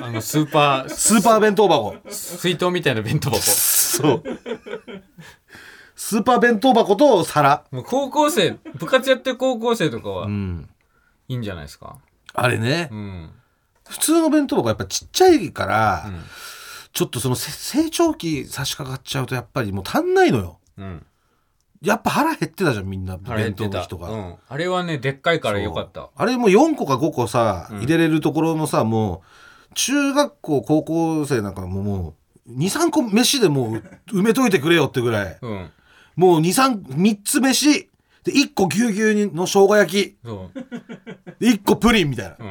あのスーパースーパー弁当箱、 水筒みたいな弁当箱。 そうスーパー弁当箱と皿。 もう高校生、部活やってる高校生とかは、 うん、 いいんじゃないですか。 あれね、 うん、 普通の弁当箱やっぱちっちゃいから、うん、ちょっとその成長期差し掛かっちゃうとやっぱりもう足んないのよ、うん、やっぱ腹減ってたじゃんみんな弁当の人が、うん、 あれはねでっかいからよかった。 あれもよんこかごこさ、うん、入れれるところのさ、もう中学校高校生なんかももう にさんこ飯でもう埋めといてくれよってぐらい、うん、もうにさんみっつ飯でいっこぎゅうぎゅうの生姜焼き、でいっこプリンみたいな、うん、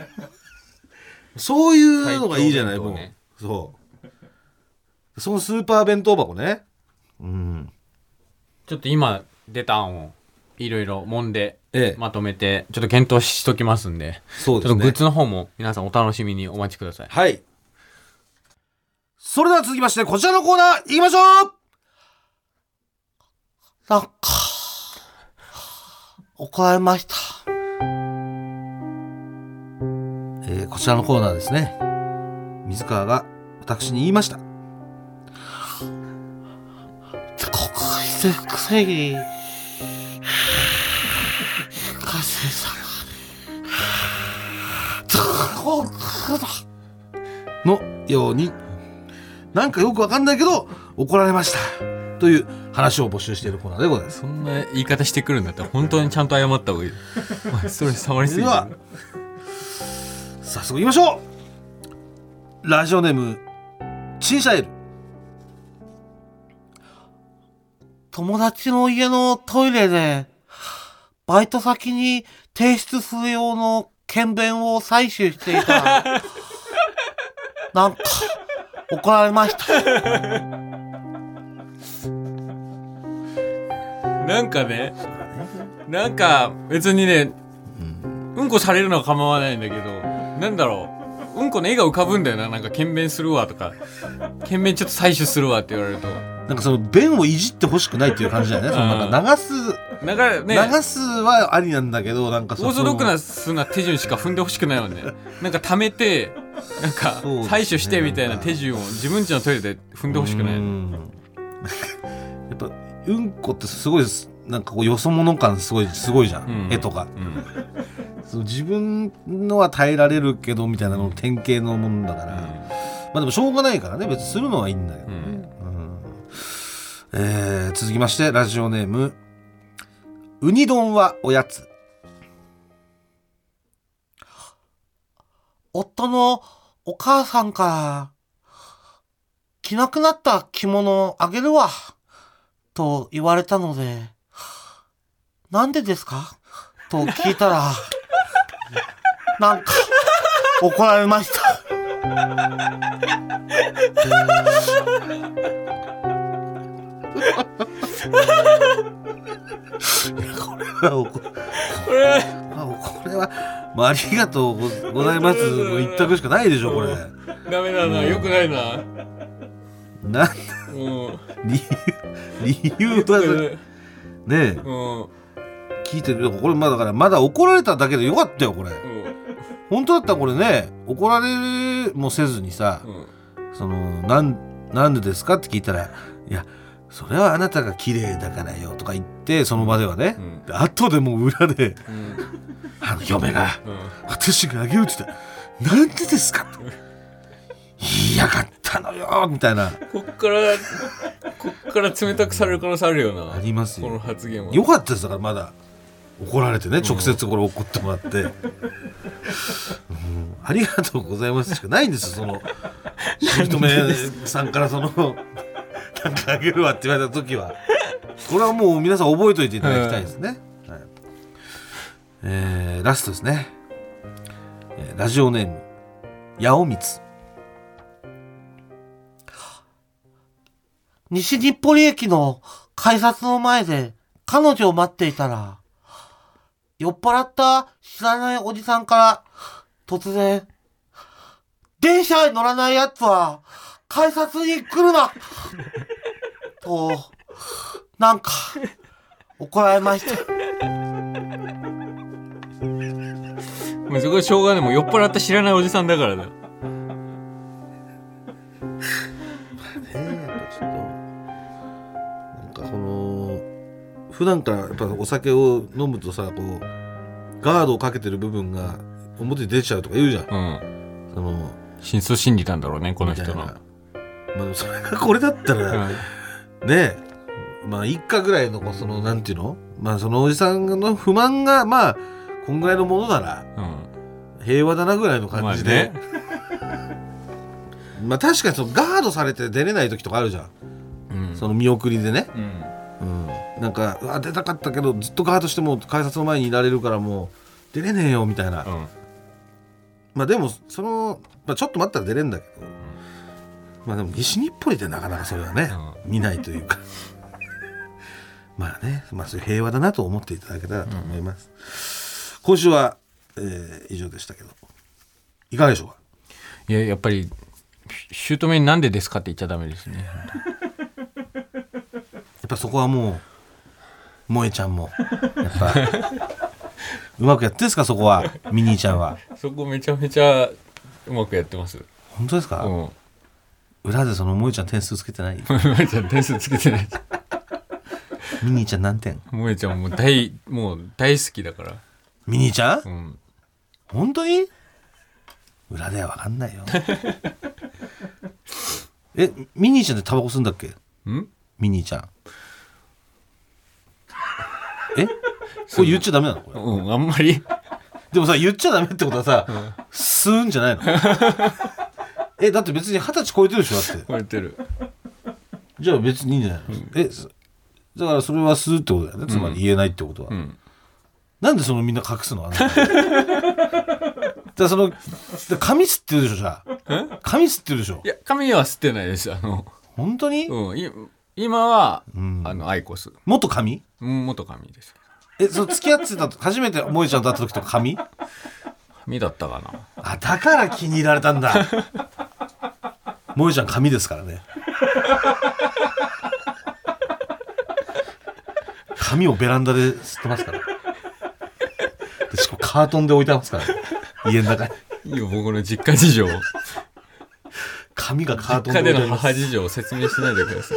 そういうのがいいじゃない、ね、もうそうそのスーパー弁当箱ね、うん、 ちょっと今出た案をいろいろ揉んでまとめてちょっと検討しときますんで、そうですね、ちょっとグッズの方も皆さんお楽しみにお待ちください。 はい、それでは続きましてこちらのコーナー行きましょう。なんか怒られました、えー、こちらのコーナーですね。水川が私に言いました。国際くせにのようになんかよくわかんないけど怒られましたという話を募集しているコーナーでございます。 そんな言い方してくるんだったら本当にちゃんと謝った方がいい。それ触りすぎてる。では早速言いましょう。ラジオネームチンシャエル。友達の家のトイレでバイト先に提出する用の検便を採取していたらなんか怒られました。 なんかね、なんか別にね、うんこされるのは構わないんだけど、なんだろう、うんこの絵が浮かぶんだよな。なんか検便するわとか、検便ちょっと採取するわって言われると、 なんかその便をいじってほしくないっていう感じだよね。そのなんか流す、 なんかね、 流すはありなんだけど、なんかオーソドックスな手順しか踏んでほしくないもんね。なんか溜めて、なんか採取してみたいな手順を自分家のトイレで踏んでほしくない。うん、 やっぱうんこってすごいなんかこうよそ者感すごいすごいじゃん、うん、絵とか、うん、そう自分のは耐えられるけどみたいなの典型のものだから、うん、まあでもしょうがないからね、別にするのはいいんだけどね、うんうん、えー、続きましてラジオネームウニ丼はおやつ。夫のお母さんから着なくなった着物をあげるわと言われたので、なんでですかと聞いたらなんか怒られました。いやこれはこれこれはまあ、ありがとうございますの一択しかないでしょこれ。 ダメだな、よくないな。 なん理由理由はねえ、うん、聞いてる。これまあだからまだ怒られただけでよかったよこれ、うん、本当だったらこれね、怒られもせずにさ、うん、そのなんなんでですかって聞いたら、いやそれはあなたが綺麗だからよとか言ってその場ではね、うん、後でも裏で、うん、あの嫁が、うん、私があげるって言ったらなんでですかって言いやがったのよみたいな。 こっからこっから冷たくされる可能性あるよな。 ありますよ。 この発言はよかったです。だからまだ怒られてね、直接これ怒ってもらって、うんうん、ありがとうございますしかないんですよ。その姑さんからそのなんかあげるわって言われた時はこれはもう皆さん覚えておいていただきたいですね、うん、はい、えー、ラストですね、えー、ラジオネーム八尾光。西日暮里駅の改札の前で彼女を待っていたら、酔っ払った知らないおじさんから突然、電車に乗らないやつは改札に来るなと、なんか怒られました。 もうそこはしょうがない。もう酔っ払った知らないおじさんだからだ。 ですけど、なんかこの普段からやっぱお酒を飲むとさ、こうガードをかけてる部分が表に出ちゃうとか言うじゃん、うん、 その深層心理なんだろうねこの人の。まあ、それがこれだったら、うん、ねえ、まあ一家ぐらいのそのなんていうの、まあそのおじさんの不満がまあこんぐらいのものなら、うん、平和だなぐらいの感じで、まあね、まあ確かにそのガードされて出れない時とかあるじゃん、うん、その見送りでね、うんうん、なんかうわ出たかったけどずっとガードしても改札の前にいられるからもう出れねえよみたいな、うん、まあでもその、まあ、ちょっと待ったら出れんだけど、うん、まあでも西日暮里でなかなかそれはね、うん、見ないというかまあね、まあそういう平和だなと思っていただけたらと思います、うん、今週は、えー、以上でしたけどいかがでしょうか。 いややっぱり姑になんでですかって言っちゃダメですねやっぱそこはもう萌えちゃんもやっぱうまくやってんですかそこは。ミニーちゃんはそこめちゃめちゃうまくやってます。 本当ですか、うん、裏でその萌えちゃん点数つけてない萌えちゃん点数つけてないミニーちゃん何点。 萌えちゃんもう 大, もう大好きだから。 ミニーちゃん、 うん、 本当に裏では分かんないよえミニーちゃんってタバコ吸うんだっけ。んミニーちゃんえこれ言っちゃダメなのこれ、 うん、あんまりでもさ言っちゃダメってことはさ、うん、吸うんじゃないのえだって別に二十歳超えてるでしょ。だって超えてる。 じゃあ別にいいんじゃないの、うん、えだからそれは吸うってことだよね、つまり言えないってことは、うん、なんでそのみんな隠すのあんなだその髪吸ってるでしょ。じゃあ髪吸ってるでしょ。 いや髪は吸ってないです。あの本当に、 うん、今は、うん、あのアイコス元髪、 うん、元髪です。 えその付き合ってた初めて萌えちゃんと会った時とか髪髪だったかなあ。だから気に入られたんだ萌えちゃん髪ですからね髪をベランダで吸ってますからでしかもカートンで置いてますから、ね、家の中に。 いいよ僕の実家事情髪がカートンで置いてます。実家での母事情を説明しないでください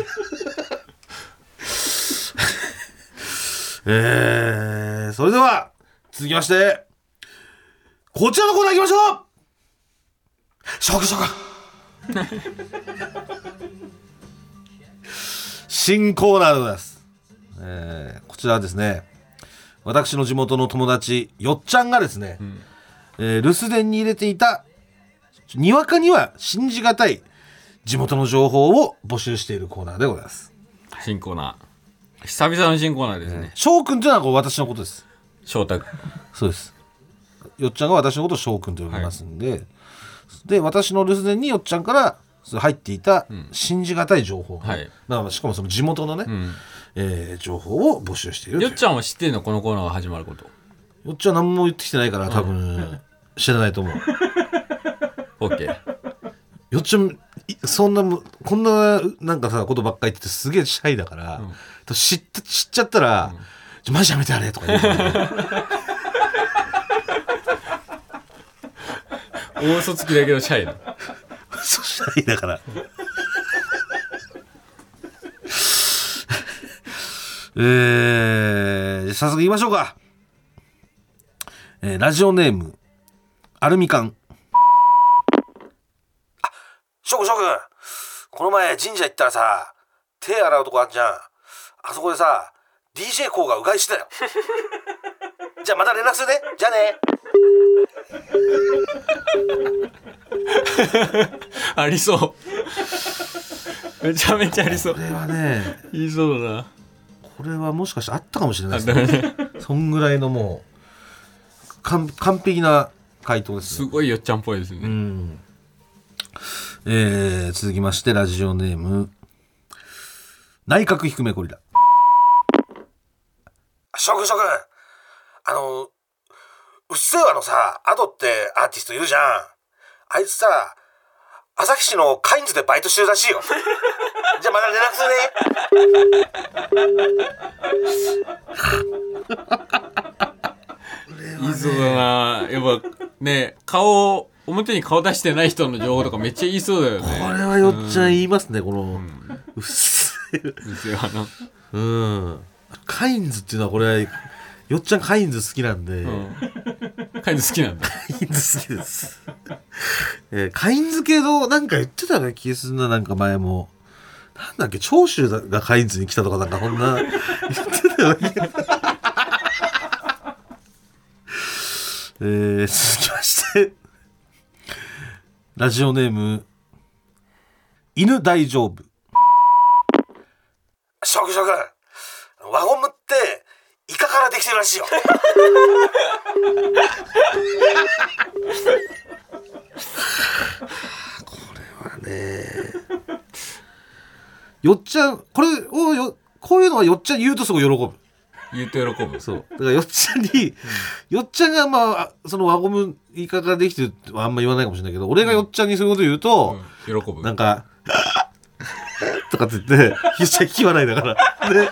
えー、それでは続きましてこちらのコーナー行きましょう。食食新コーナーでございます、えー、こちらはですね私の地元の友達よっちゃんがですね、うんえー、留守電に入れていたにわかには信じがたい地元の情報を募集しているコーナーでございます。 新コーナー久々の新コーナーですね。 翔くんというのはこう私のことです。 翔太そうです。よっちゃんが私のことを翔くんと呼びますんで、はい、で私の留守電によっちゃんから入っていた信じがたい情報、うんはいまあ、しかもその地元のね、うんえー、情報を募集している。 よっちゃんは知ってるのこのコーナーが始まること。 よっちゃん何も言ってきてないから多分知らないと思う OK よっちゃんそんなこんななんかさことばっかり言っててすげえシャイだから、うん、知, 知っちゃったら、うん、マジやめてやれとか言う大嘘つきだけどシャイだそうシャイだからえー、早速言いましょうか、えー、ラジオネームアルミカン。あ、翔くん翔くんこの前神社行ったらさ手洗うとこあんじゃん。あそこでさ ディージェー コーがうがいしてたよじゃあまた連絡するね。じゃあねありそうめちゃめちゃありそう。 これはね言いそうだな。 これはもしかしてあったかもしれないですねそんぐらいのもう完璧な回答ですね。 すごいよっちゃんっぽいですね。うん、 えー、続きましてラジオネーム内角低めゴリラ。諸君諸君あのうっせぇわのさアドってアーティストいるじゃん。あいつさ旭市のカインズでバイトしてるらしいよじゃあまた連絡するねいいそうだな。やっぱね顔表に顔出してない人の情報とかめっちゃ言いそうだよね。 これはよっちゃん言いますね、うん、この、うん、うっせうっせえ花うんカインズっていうのはこれよっちゃんカインズ好きなんで、うん、 カインズ好きなんだ。 カインズ好きです、えー、カインズ系のなんか言ってたような気がするな。なんか前もなんだっけ長州がカインズに来たとかなんかこんな言ってたような気がえー、続きましてラジオネーム犬大丈夫。食食輪ゴムってイカからできてるらしいよ。これはねよっちゃんこれをよこういうのはよっちゃんに言うとすごい喜ぶ。 言うと喜ぶ。 そうだからよっちゃんに、うん、よっちゃんがまあその輪ゴムイカからできてるってあんま言わないかもしれないけど、俺がよっちゃんにそういうこと言うと、 うん、喜ぶ。 なんかとかって言ってよっちゃん聞き笑いだからで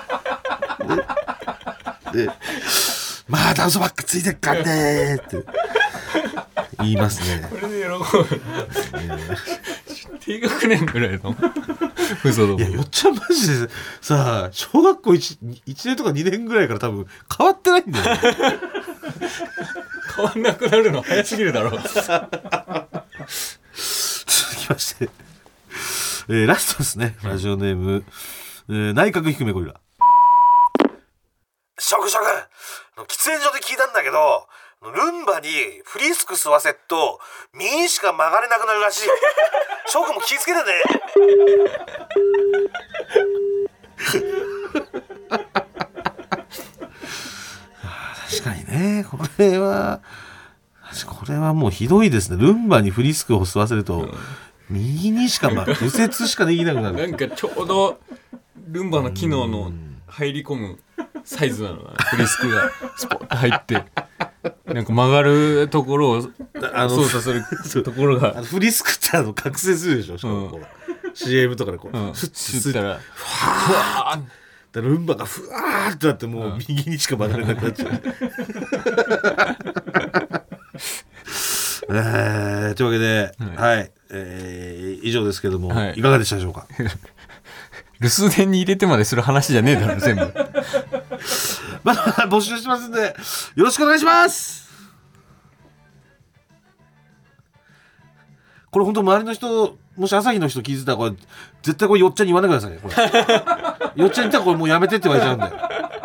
ででまあダウソバックついてっかんねーって言いますね。 これで喜ぶ。低学年ぐらいの嘘だもん。 いやよっちゃんマジでさ小学校 1, いちねんとかにねんぐらいから多分変わってないんだよ、ね、 変わんなくなるの早すぎるだろ。 続きまして、えー、ラストですね。ラジオネーム、えー、内閣低めゴリラ。食食喫煙所で聞いたんだけどルンバにフリスク吸わせっと右にしか曲がれなくなるらしい。翔くんも気をつけてね。確かにねこれはこれはもうひどいですね。ルンバにフリスクを吸わせると、うん、右にしか、ま、右折しかできなくなる。 なんかちょうどルンバの機能の入り込むサイズなのな。フリスクがスポッと入ってなんか曲がるところを操作するところがフリスクってあの覚醒するでしょ、しかもこう、うん、シーエム とかでこう、うん、 フッ吸ったらふわーだルンバがふわーってなってもう右にしか曲がれなくなっちゃう、うんえー、というわけで、はいはいえー、以上ですけども、はい、いかがでしたでしょうか。 留守電に入れてまでする話じゃねえだろ全部。 まだ募集してますんでよろしくお願いします。これ本当周りの人もし朝日の人聞いてたらこれ絶対これよっちゃんに言わないでくださいね。これよっちゃんに言ったらこれもうやめてって言われちゃうんで。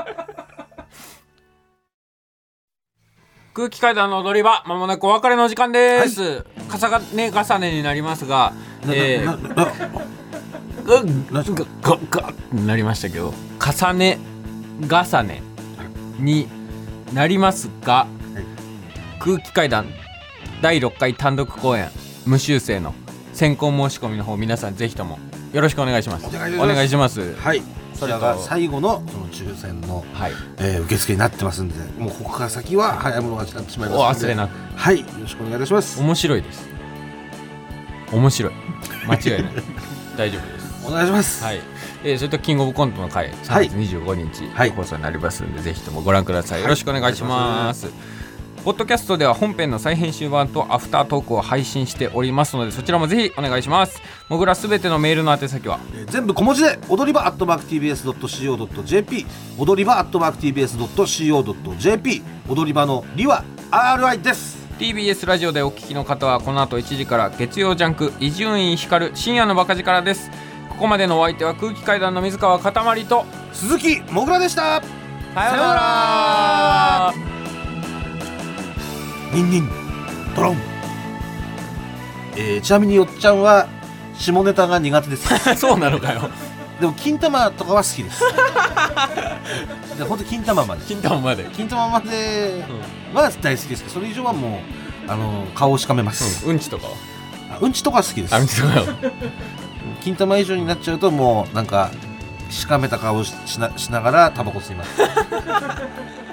空気階段の踊り場まもなくお別れの時間です、はい、重ね重ねになりますがな、えー、なななうんがががなりましたけど重ね重ねになりますが、はい、空気階段だいろっかい単独公演無修正の先行申し込みの方皆さんぜひともよろしくお願いします。お願いします。 はい、それが最後のその抽選の、はいえー、受付になってますんでもうここから先は早物勝ちになってしまいますのでお忘れなくはいよろしくお願いいたします。 面白いです面白い間違いない大丈夫ですお願いします。 はい、えー、それとキングオブコントの回さんがつにじゅうごにち、はい、放送になりますので、はい、ぜひともご覧ください。よろしくお願いします。はい、ポッドキャストでは本編の再編集版とアフタートークを配信しておりますのでそちらもぜひお願いします。もぐらすべてのメールの宛先は、 えー、全部小文字で踊り場アットマーク ティービーエスドットシーオードットジェーピー 踊り場アットマーク ティービーエスドットシーオードットジェーピー 踊り場のりは アールアイ です。 ティービーエス ラジオでお聞きの方はこの後いちじから月曜ジャンク伊集院光る深夜のバカ力です。ここまでのお相手は空気階段の水川かたまりと鈴木もぐらでした。 さようなら。 ニンニンドロン、えー、ちなみによっちゃんは下ネタが苦手ですそうなのかよ。 でも金玉とかは好きですで本当金玉まで金玉まで金玉までは大好きですけどそれ以上はもうあの顔をしかめます、 うん、うんちとかはあうんちとかは好きです。 あうんちとか金玉以上になっちゃうともうなんかしかめた顔を し, し, なしながらタバコ吸います